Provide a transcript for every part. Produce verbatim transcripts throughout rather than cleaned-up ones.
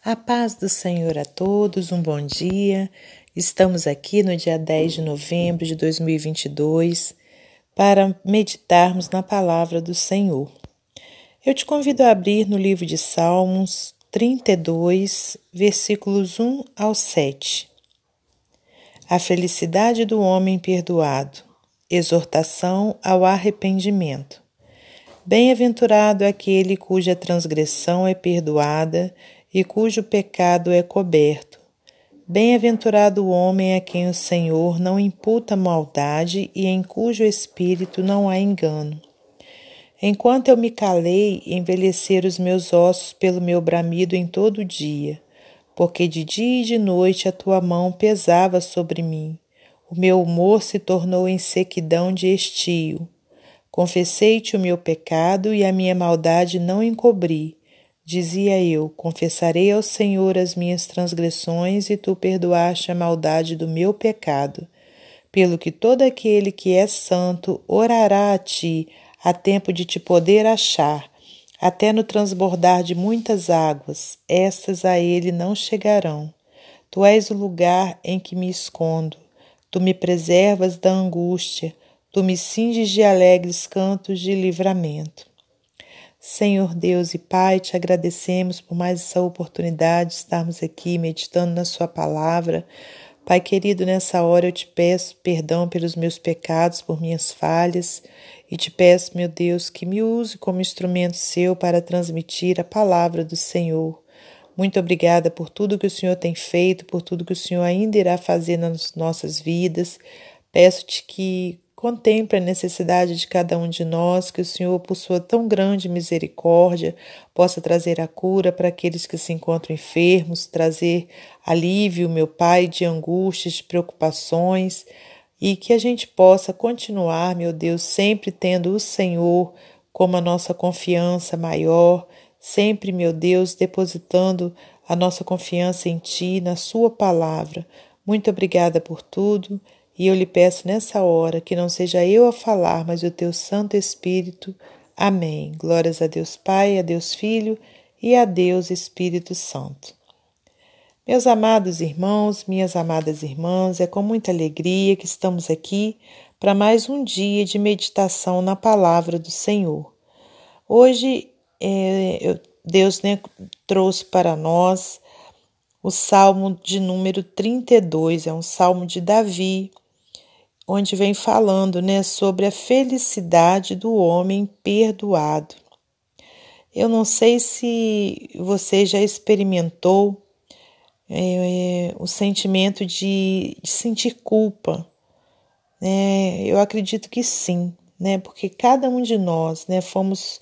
A paz do Senhor a todos, um bom dia. Estamos aqui no dia dez de novembro de dois mil e vinte e dois para meditarmos na palavra do Senhor. Eu te convido a abrir no livro de Salmos trinta e dois, versículos um ao sete. A felicidade do homem perdoado. Exortação ao arrependimento. Bem-aventurado aquele cuja transgressão é perdoada e cujo pecado é coberto. Bem-aventurado o homem a quem o Senhor não imputa maldade e em cujo espírito não há engano. Enquanto eu me calei, envelheceram os meus ossos pelo meu bramido em todo o dia, porque de dia e de noite a tua mão pesava sobre mim. O meu humor se tornou em sequidão de estio. Confessei-te o meu pecado e a minha maldade não encobri. Dizia eu, confessarei ao Senhor as minhas transgressões e tu perdoaste a maldade do meu pecado. Pelo que todo aquele que é santo orará a ti, a tempo de te poder achar, até no transbordar de muitas águas, estas a ele não chegarão. Tu és o lugar em que me escondo, tu me preservas da angústia, tu me cinges de alegres cantos de livramento. Senhor Deus e Pai, te agradecemos por mais essa oportunidade de estarmos aqui meditando na sua palavra. Pai querido, nessa hora eu te peço perdão pelos meus pecados, por minhas falhas, e te peço, meu Deus, que me use como instrumento seu para transmitir a palavra do Senhor. Muito obrigada por tudo que o Senhor tem feito, por tudo que o Senhor ainda irá fazer nas nossas vidas. Peço-te que contemple a necessidade de cada um de nós, que o Senhor, por sua tão grande misericórdia, possa trazer a cura para aqueles que se encontram enfermos, trazer alívio, meu Pai, de angústias, de preocupações, e que a gente possa continuar, meu Deus, sempre tendo o Senhor como a nossa confiança maior, sempre, meu Deus, depositando a nossa confiança em Ti, na Sua palavra. Muito obrigada por tudo. E eu lhe peço nessa hora que não seja eu a falar, mas o teu Santo Espírito. Amém. Glórias a Deus Pai, a Deus Filho e a Deus Espírito Santo. Meus amados irmãos, minhas amadas irmãs, é com muita alegria que estamos aqui para mais um dia de meditação na palavra do Senhor. Hoje, é, Deus né, trouxe para nós o Salmo de número trinta e dois, é um salmo de Davi, onde vem falando né, sobre a felicidade do homem perdoado. Eu não sei se você já experimentou é, o sentimento de, de sentir culpa. Né? Eu acredito que sim, né? Porque cada um de nós né, fomos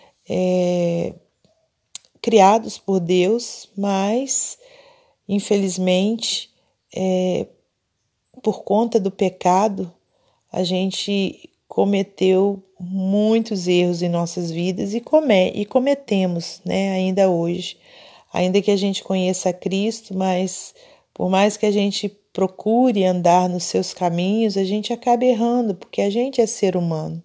é, criados por Deus, mas, infelizmente, é, por conta do pecado, a gente cometeu muitos erros em nossas vidas e, come, e cometemos né, ainda hoje. Ainda que a gente conheça a Cristo, mas por mais que a gente procure andar nos seus caminhos, a gente acaba errando, porque a gente é ser humano.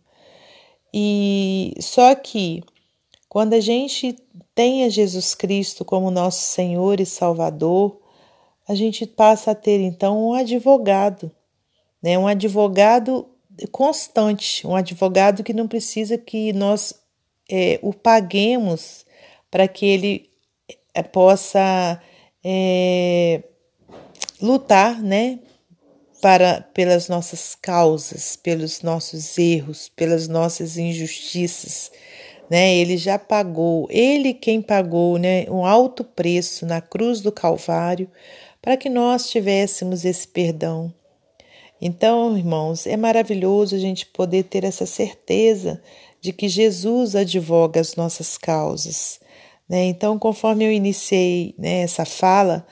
E só que quando a gente tem a Jesus Cristo como nosso Senhor e Salvador, a gente passa a ter, então, um advogado, né? Um advogado constante, um advogado que não precisa que nós é, o paguemos para que ele é, possa é, lutar, né? Para, pelas nossas causas, pelos nossos erros, pelas nossas injustiças. Né? Ele já pagou, ele quem pagou né? um alto preço na cruz do Calvário, para que nós tivéssemos esse perdão. Então, irmãos, é maravilhoso a gente poder ter essa certeza de que Jesus advoga as nossas causas. Né? Então, conforme eu iniciei né, essa fala,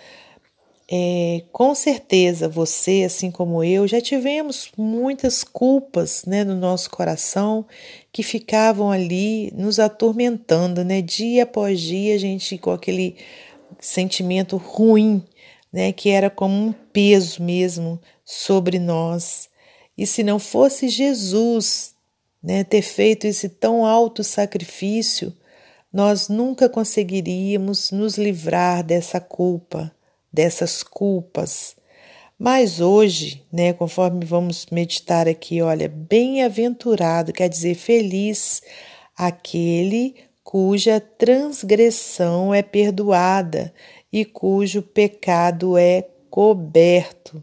é, com certeza você, assim como eu, já tivemos muitas culpas né, no nosso coração que ficavam ali nos atormentando, né? Dia após dia, a gente com aquele sentimento ruim, né, que era como um peso mesmo sobre nós. E se não fosse Jesus né, ter feito esse tão alto sacrifício, nós nunca conseguiríamos nos livrar dessa culpa, dessas culpas. Mas hoje, né, conforme vamos meditar aqui, olha, bem-aventurado quer dizer feliz aquele cuja transgressão é perdoada e cujo pecado é coberto.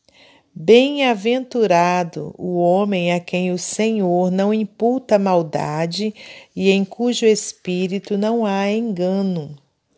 Bem-aventurado o homem a quem o Senhor não imputa maldade e em cujo espírito não há engano.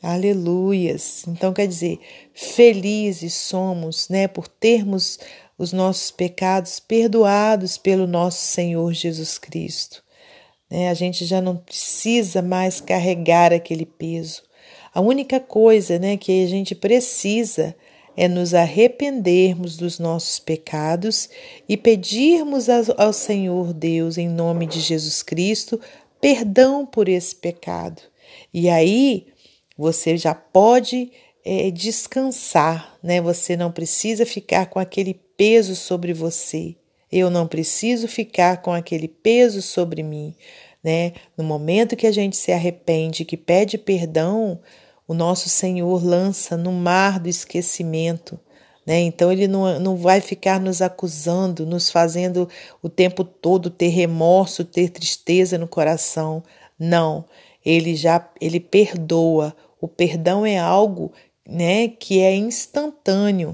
Aleluias! Então quer dizer, felizes somos, né, por termos os nossos pecados perdoados pelo nosso Senhor Jesus Cristo. Né? A gente já não precisa mais carregar aquele peso. A única coisa, né, que a gente precisa é nos arrependermos dos nossos pecados e pedirmos ao Senhor Deus, em nome de Jesus Cristo, perdão por esse pecado. E aí você já pode é, descansar, né? Você não precisa ficar com aquele peso sobre você. Eu não preciso ficar com aquele peso sobre mim, né? No momento que a gente se arrepende, que pede perdão, o nosso Senhor lança no mar do esquecimento, né? Então Ele não, não vai ficar nos acusando, nos fazendo o tempo todo ter remorso, ter tristeza no coração. Não, Ele já Ele perdoa. O perdão é algo, né, que é instantâneo.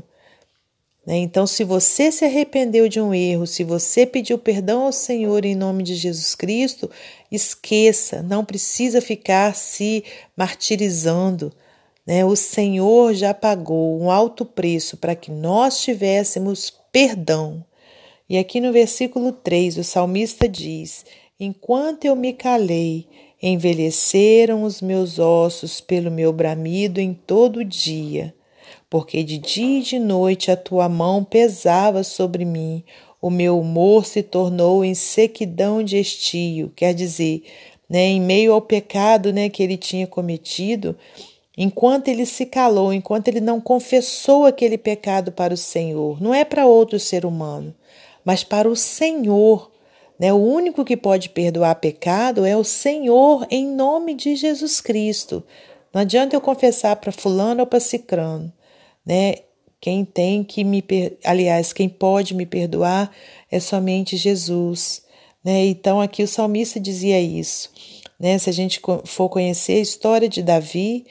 Né? Então, se você se arrependeu de um erro, se você pediu perdão ao Senhor em nome de Jesus Cristo, esqueça, não precisa ficar se martirizando. Né? O Senhor já pagou um alto preço para que nós tivéssemos perdão. E aqui no versículo três, o salmista diz: enquanto eu me calei, envelheceram os meus ossos pelo meu bramido em todo o dia. Porque de dia e de noite a tua mão pesava sobre mim, o meu humor se tornou em sequidão de estio. Quer dizer, né, em meio ao pecado, né, que ele tinha cometido, enquanto ele se calou, enquanto ele não confessou aquele pecado para o Senhor, não é para outro ser humano, mas para o Senhor. Né, o único que pode perdoar pecado é o Senhor, em nome de Jesus Cristo. Não adianta eu confessar para fulano ou para cicrano. Né? Quem tem que me, per... aliás, quem pode me perdoar é somente Jesus. Né? Então aqui o salmista dizia isso. Né? Se a gente for conhecer a história de Davi,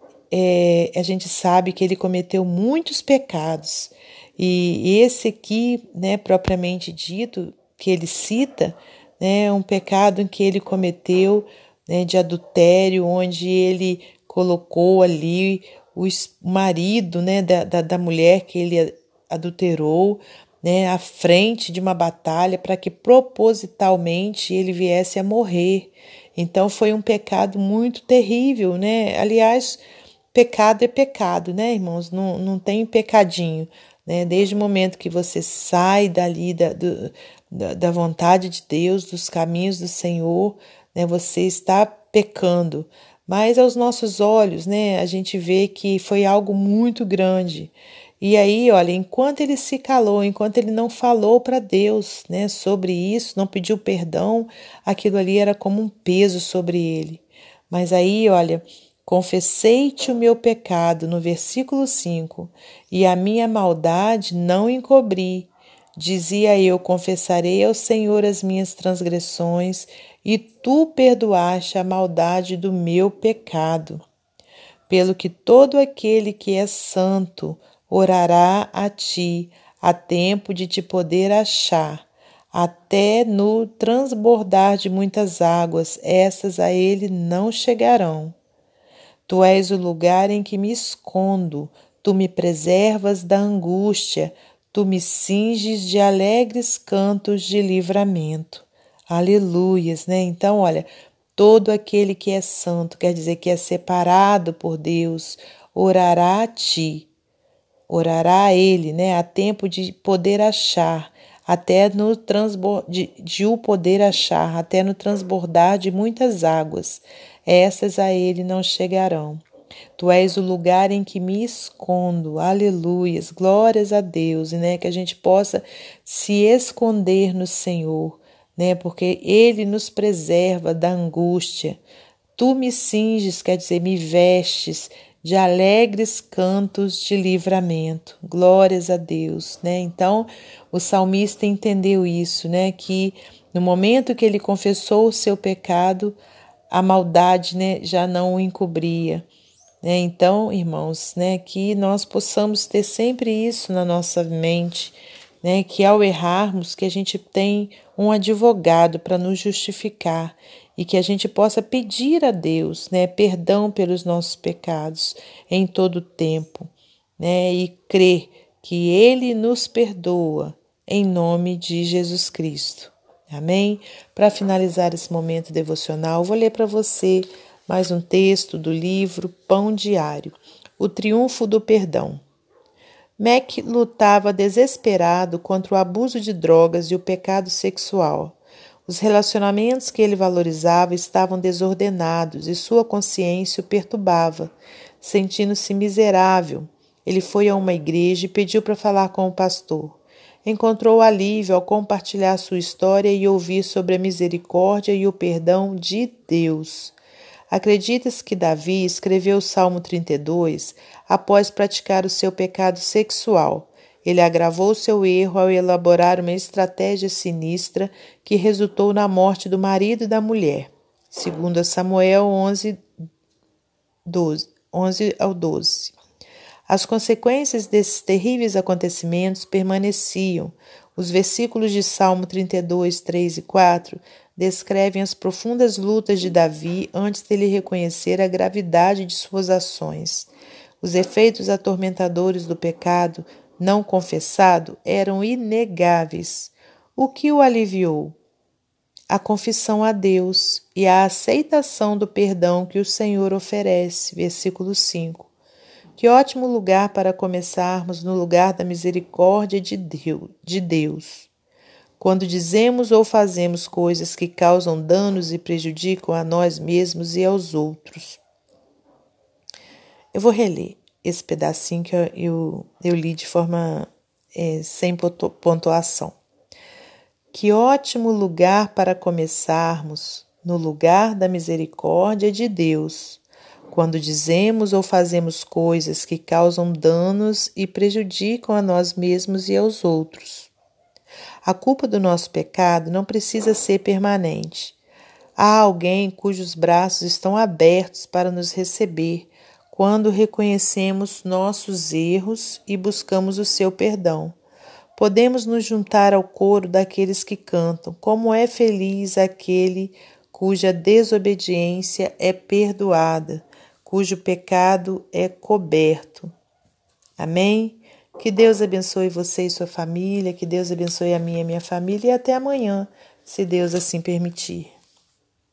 é, a gente sabe que ele cometeu muitos pecados. E esse aqui, né, propriamente dito, que ele cita, né, é um pecado em que ele cometeu, né, de adultério, onde ele colocou ali o marido, né, da, da, da mulher que ele adulterou, né, à frente de uma batalha para que propositalmente ele viesse a morrer. Então foi um pecado muito terrível, né? Aliás, pecado é pecado, né, irmãos? Não, não tem pecadinho, né? Desde o momento que você sai dali da, do, da, da vontade de Deus, dos caminhos do Senhor, né, você está pecando. Mas aos nossos olhos, né, a gente vê que foi algo muito grande. E aí, olha, enquanto ele se calou, enquanto ele não falou para Deus, né, sobre isso, não pediu perdão, aquilo ali era como um peso sobre ele. Mas aí, olha, confessei-te o meu pecado, no versículo cinco, e a minha maldade não encobri. Dizia eu, confessarei ao Senhor as minhas transgressões, e tu perdoaste a maldade do meu pecado. Pelo que todo aquele que é santo orará a ti, a tempo de te poder achar, até no transbordar de muitas águas, essas a ele não chegarão. Tu és o lugar em que me escondo, tu me preservas da angústia, tu me cinges de alegres cantos de livramento. Aleluias, né? Então, olha, todo aquele que é santo, quer dizer que é separado por Deus, orará a ti, orará a ele, né? A tempo de poder achar, até no transbordar, de, de o poder achar, até no transbordar de muitas águas. Essas a ele não chegarão. Tu és o lugar em que me escondo, aleluias, glórias a Deus, né? Que a gente possa se esconder no Senhor, né? Porque Ele nos preserva da angústia, Tu me cinges, quer dizer, me vestes de alegres cantos de livramento. Glórias a Deus, né? Então, o salmista entendeu isso, né? Que no momento que ele confessou o seu pecado, a maldade, né, já não o encobria. Né? Então, irmãos, né, que nós possamos ter sempre isso na nossa mente, né, que ao errarmos, que a gente tem um advogado para nos justificar e que a gente possa pedir a Deus, né, perdão pelos nossos pecados em todo o tempo, né, e crer que Ele nos perdoa em nome de Jesus Cristo. Amém? Para finalizar esse momento devocional, vou ler para você mais um texto do livro Pão Diário, O Triunfo do Perdão. Mac lutava desesperado contra o abuso de drogas e o pecado sexual. Os relacionamentos que ele valorizava estavam desordenados e sua consciência o perturbava. Sentindo-se miserável, ele foi a uma igreja e pediu para falar com o pastor. Encontrou alívio ao compartilhar sua história e ouvir sobre a misericórdia e o perdão de Deus. Acredita-se que Davi escreveu o Salmo trinta e dois após praticar o seu pecado sexual. Ele agravou seu erro ao elaborar uma estratégia sinistra que resultou na morte do marido e da mulher. Segundo Samuel onze, doze, onze ao doze. As consequências desses terríveis acontecimentos permaneciam. Os versículos de Salmo trinta e dois, três e quatro descrevem as profundas lutas de Davi antes dele reconhecer a gravidade de suas ações. Os efeitos atormentadores do pecado não confessado eram inegáveis. O que o aliviou? A confissão a Deus e a aceitação do perdão que o Senhor oferece. Versículo cinco. Que ótimo lugar para começarmos no lugar da misericórdia de Deus. Quando dizemos ou fazemos coisas que causam danos e prejudicam a nós mesmos e aos outros. Eu vou reler esse pedacinho que eu, eu, eu li de forma é, sem pontuação. Que ótimo lugar para começarmos no lugar da misericórdia de Deus. Quando dizemos ou fazemos coisas que causam danos e prejudicam a nós mesmos e aos outros. A culpa do nosso pecado não precisa ser permanente. Há alguém cujos braços estão abertos para nos receber quando reconhecemos nossos erros e buscamos o seu perdão. Podemos nos juntar ao coro daqueles que cantam: como é feliz aquele cuja desobediência é perdoada, cujo pecado é coberto. Amém? Que Deus abençoe você e sua família, que Deus abençoe a minha e a minha família e até amanhã, se Deus assim permitir.